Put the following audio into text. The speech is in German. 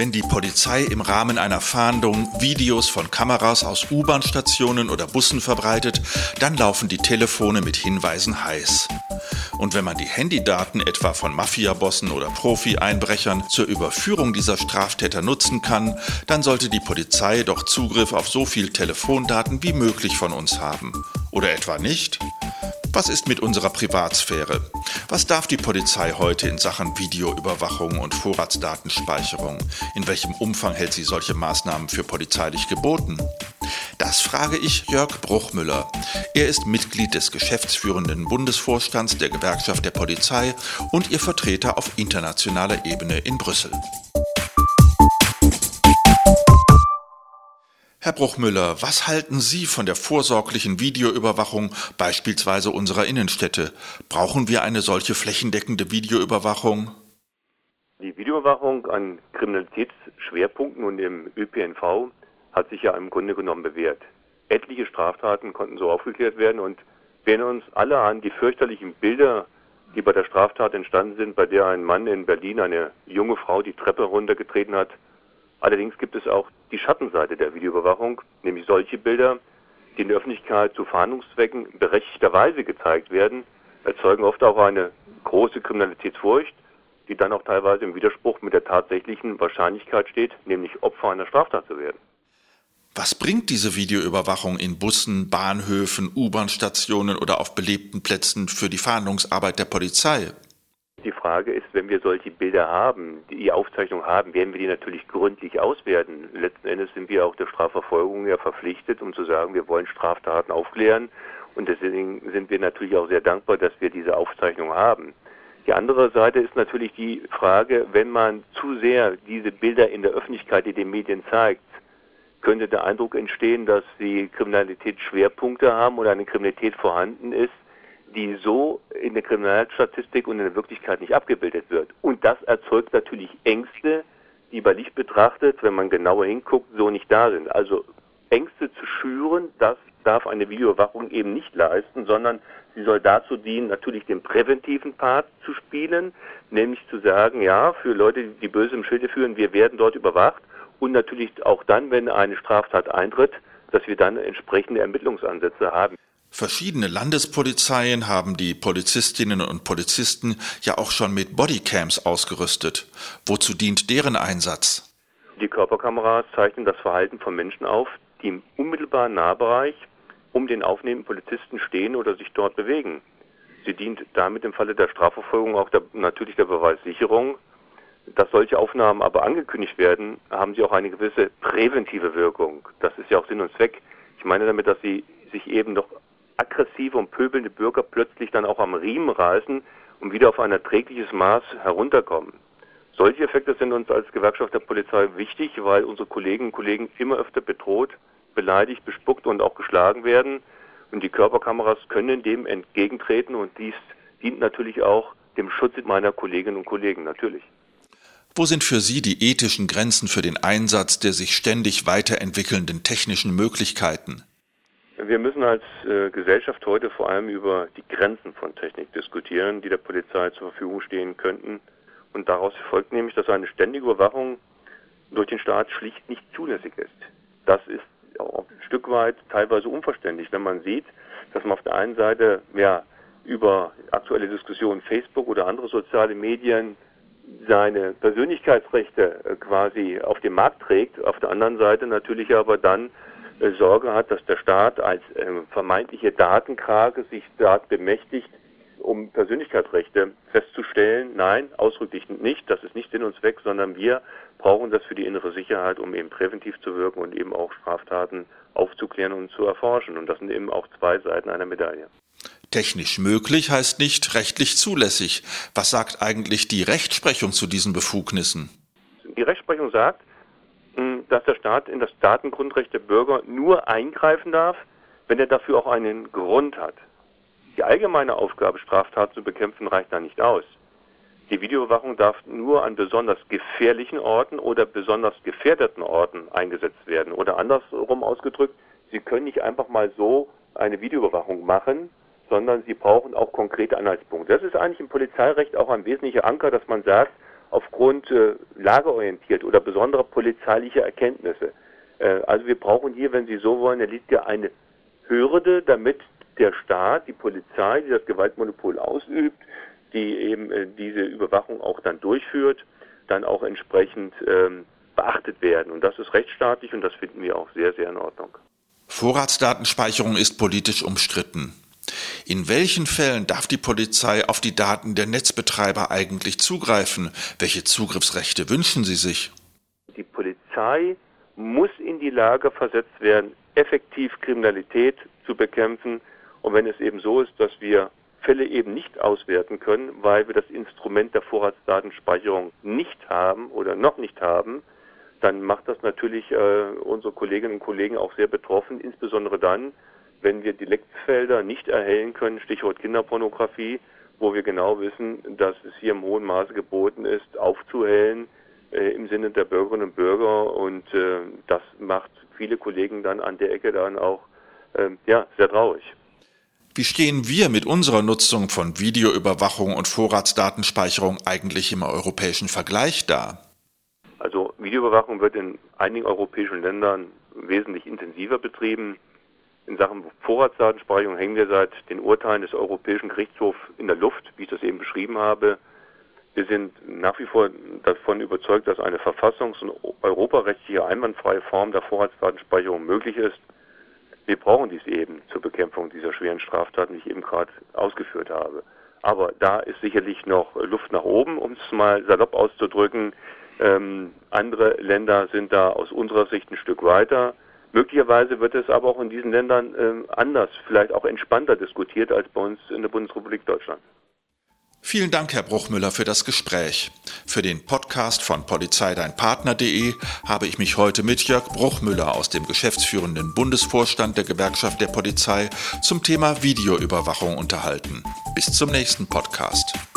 Wenn die Polizei im Rahmen einer Fahndung Videos von Kameras aus U-Bahn-Stationen oder Bussen verbreitet, dann laufen die Telefone mit Hinweisen heiß. Und wenn man die Handydaten etwa von Mafiabossen oder Profi-Einbrechern zur Überführung dieser Straftäter nutzen kann, dann sollte die Polizei doch Zugriff auf so viel Telefondaten wie möglich von uns haben. Oder etwa nicht? Was ist mit unserer Privatsphäre? Was darf die Polizei heute in Sachen Videoüberwachung und Vorratsdatenspeicherung? In welchem Umfang hält sie solche Maßnahmen für polizeilich geboten? Das frage ich Jörg Bruchmüller. Er ist Mitglied des geschäftsführenden Bundesvorstands der Gewerkschaft der Polizei und ihr Vertreter auf internationaler Ebene in Brüssel. Herr Bruchmüller, was halten Sie von der vorsorglichen Videoüberwachung beispielsweise unserer Innenstädte? Brauchen wir eine solche flächendeckende Videoüberwachung? Die Videoüberwachung an Kriminalitätsschwerpunkten und im ÖPNV hat sich ja im Grunde genommen bewährt. Etliche Straftaten konnten so aufgeklärt werden und wir erinnern uns alle an die fürchterlichen Bilder, die bei der Straftat entstanden sind, bei der ein Mann in Berlin eine junge Frau die Treppe runtergetreten hat. Allerdings gibt es auch die Schattenseite der Videoüberwachung, nämlich solche Bilder, die in der Öffentlichkeit zu Fahndungszwecken berechtigterweise gezeigt werden, erzeugen oft auch eine große Kriminalitätsfurcht, die dann auch teilweise im Widerspruch mit der tatsächlichen Wahrscheinlichkeit steht, nämlich Opfer einer Straftat zu werden. Was bringt diese Videoüberwachung in Bussen, Bahnhöfen, U-Bahn-Stationen oder auf belebten Plätzen für die Fahndungsarbeit der Polizei? Die Frage ist, wenn wir solche Bilder haben, die Aufzeichnung haben, werden wir die natürlich gründlich auswerten. Letzten Endes sind wir auch der Strafverfolgung ja verpflichtet, um zu sagen, wir wollen Straftaten aufklären. Und deswegen sind wir natürlich auch sehr dankbar, dass wir diese Aufzeichnung haben. Die andere Seite ist natürlich die Frage, wenn man zu sehr diese Bilder in der Öffentlichkeit, in den Medien zeigt, könnte der Eindruck entstehen, dass die Kriminalität Schwerpunkte haben oder eine Kriminalität vorhanden ist, die so in der Kriminalstatistik und in der Wirklichkeit nicht abgebildet wird. Und das erzeugt natürlich Ängste, die bei Licht betrachtet, wenn man genauer hinguckt, so nicht da sind. Also Ängste zu schüren, das darf eine Videoüberwachung eben nicht leisten, sondern sie soll dazu dienen, natürlich den präventiven Part zu spielen, nämlich zu sagen, ja, für Leute, die böse im Schilde führen, wir werden dort überwacht und natürlich auch dann, wenn eine Straftat eintritt, dass wir dann entsprechende Ermittlungsansätze haben. Verschiedene Landespolizeien haben die Polizistinnen und Polizisten ja auch schon mit Bodycams ausgerüstet. Wozu dient deren Einsatz? Die Körperkameras zeichnen das Verhalten von Menschen auf, die im unmittelbaren Nahbereich um den aufnehmenden Polizisten stehen oder sich dort bewegen. Sie dient damit im Falle der Strafverfolgung auch natürlich der Beweissicherung. Dass solche Aufnahmen aber angekündigt werden, haben sie auch eine gewisse präventive Wirkung. Das ist ja auch Sinn und Zweck. Ich meine damit, dass sie sich eben noch aggressive und pöbelnde Bürger plötzlich dann auch am Riemen reißen und wieder auf ein erträgliches Maß herunterkommen. Solche Effekte sind uns als Gewerkschaft der Polizei wichtig, weil unsere Kolleginnen und Kollegen immer öfter bedroht, beleidigt, bespuckt und auch geschlagen werden. Und die Körperkameras können dem entgegentreten und dies dient natürlich auch dem Schutz meiner Kolleginnen und Kollegen, natürlich. Wo sind für Sie die ethischen Grenzen für den Einsatz der sich ständig weiterentwickelnden technischen Möglichkeiten? Wir müssen als Gesellschaft heute vor allem über die Grenzen von Technik diskutieren, die der Polizei zur Verfügung stehen könnten. Und daraus folgt nämlich, dass eine ständige Überwachung durch den Staat schlicht nicht zulässig ist. Das ist auch ein Stück weit teilweise unverständlich, wenn man sieht, dass man auf der einen Seite über aktuelle Diskussionen Facebook oder andere soziale Medien seine Persönlichkeitsrechte quasi auf den Markt trägt, auf der anderen Seite natürlich aber dann Sorge hat, dass der Staat als vermeintliche Datenkrake sich Daten bemächtigt, um Persönlichkeitsrechte festzustellen. Nein, ausdrücklich nicht. Das ist nicht Sinn und Zweck, sondern wir brauchen das für die innere Sicherheit, um eben präventiv zu wirken und eben auch Straftaten aufzuklären und zu erforschen. Und das sind eben auch zwei Seiten einer Medaille. Technisch möglich heißt nicht rechtlich zulässig. Was sagt eigentlich die Rechtsprechung zu diesen Befugnissen? Die Rechtsprechung sagt, dass der Staat in das Datengrundrecht der Bürger nur eingreifen darf, wenn er dafür auch einen Grund hat. Die allgemeine Aufgabe, Straftaten zu bekämpfen, reicht da nicht aus. Die Videoüberwachung darf nur an besonders gefährlichen Orten oder besonders gefährdeten Orten eingesetzt werden. Oder andersrum ausgedrückt, Sie können nicht einfach mal so eine Videoüberwachung machen, sondern Sie brauchen auch konkrete Anhaltspunkte. Das ist eigentlich im Polizeirecht auch ein wesentlicher Anker, dass man sagt, aufgrund lageorientiert oder besonderer polizeilicher Erkenntnisse. Also wir brauchen hier, wenn Sie so wollen, liegt ja eine Hürde, damit der Staat, die Polizei, die das Gewaltmonopol ausübt, die eben diese Überwachung auch dann durchführt, dann auch entsprechend beachtet werden. Und das ist rechtsstaatlich und das finden wir auch sehr, sehr in Ordnung. Vorratsdatenspeicherung ist politisch umstritten. In welchen Fällen darf die Polizei auf die Daten der Netzbetreiber eigentlich zugreifen? Welche Zugriffsrechte wünschen Sie sich? Die Polizei muss in die Lage versetzt werden, effektiv Kriminalität zu bekämpfen. Und wenn es eben so ist, dass wir Fälle eben nicht auswerten können, weil wir das Instrument der Vorratsdatenspeicherung nicht haben oder noch nicht haben, dann macht das natürlich unsere Kolleginnen und Kollegen auch sehr betroffen, insbesondere dann, wenn wir Deliktsfelder nicht erhellen können, Stichwort Kinderpornografie, wo wir genau wissen, dass es hier im hohen Maße geboten ist, aufzuhellen im Sinne der Bürgerinnen und Bürger. Und das macht viele Kollegen dann an der Ecke dann auch sehr traurig. Wie stehen wir mit unserer Nutzung von Videoüberwachung und Vorratsdatenspeicherung eigentlich im europäischen Vergleich da? Also Videoüberwachung wird in einigen europäischen Ländern wesentlich intensiver betrieben. In Sachen Vorratsdatenspeicherung hängen wir seit den Urteilen des Europäischen Gerichtshofs in der Luft, wie ich das eben beschrieben habe. Wir sind nach wie vor davon überzeugt, dass eine verfassungs- und europarechtliche einwandfreie Form der Vorratsdatenspeicherung möglich ist. Wir brauchen dies eben zur Bekämpfung dieser schweren Straftaten, die ich eben gerade ausgeführt habe. Aber da ist sicherlich noch Luft nach oben, um es mal salopp auszudrücken. Andere Länder sind da aus unserer Sicht ein Stück weiter. Möglicherweise wird es aber auch in diesen Ländern anders, vielleicht auch entspannter diskutiert als bei uns in der Bundesrepublik Deutschland. Vielen Dank, Herr Bruchmüller, für das Gespräch. Für den Podcast von polizeideinpartner.de habe ich mich heute mit Jörg Bruchmüller aus dem geschäftsführenden Bundesvorstand der Gewerkschaft der Polizei zum Thema Videoüberwachung unterhalten. Bis zum nächsten Podcast.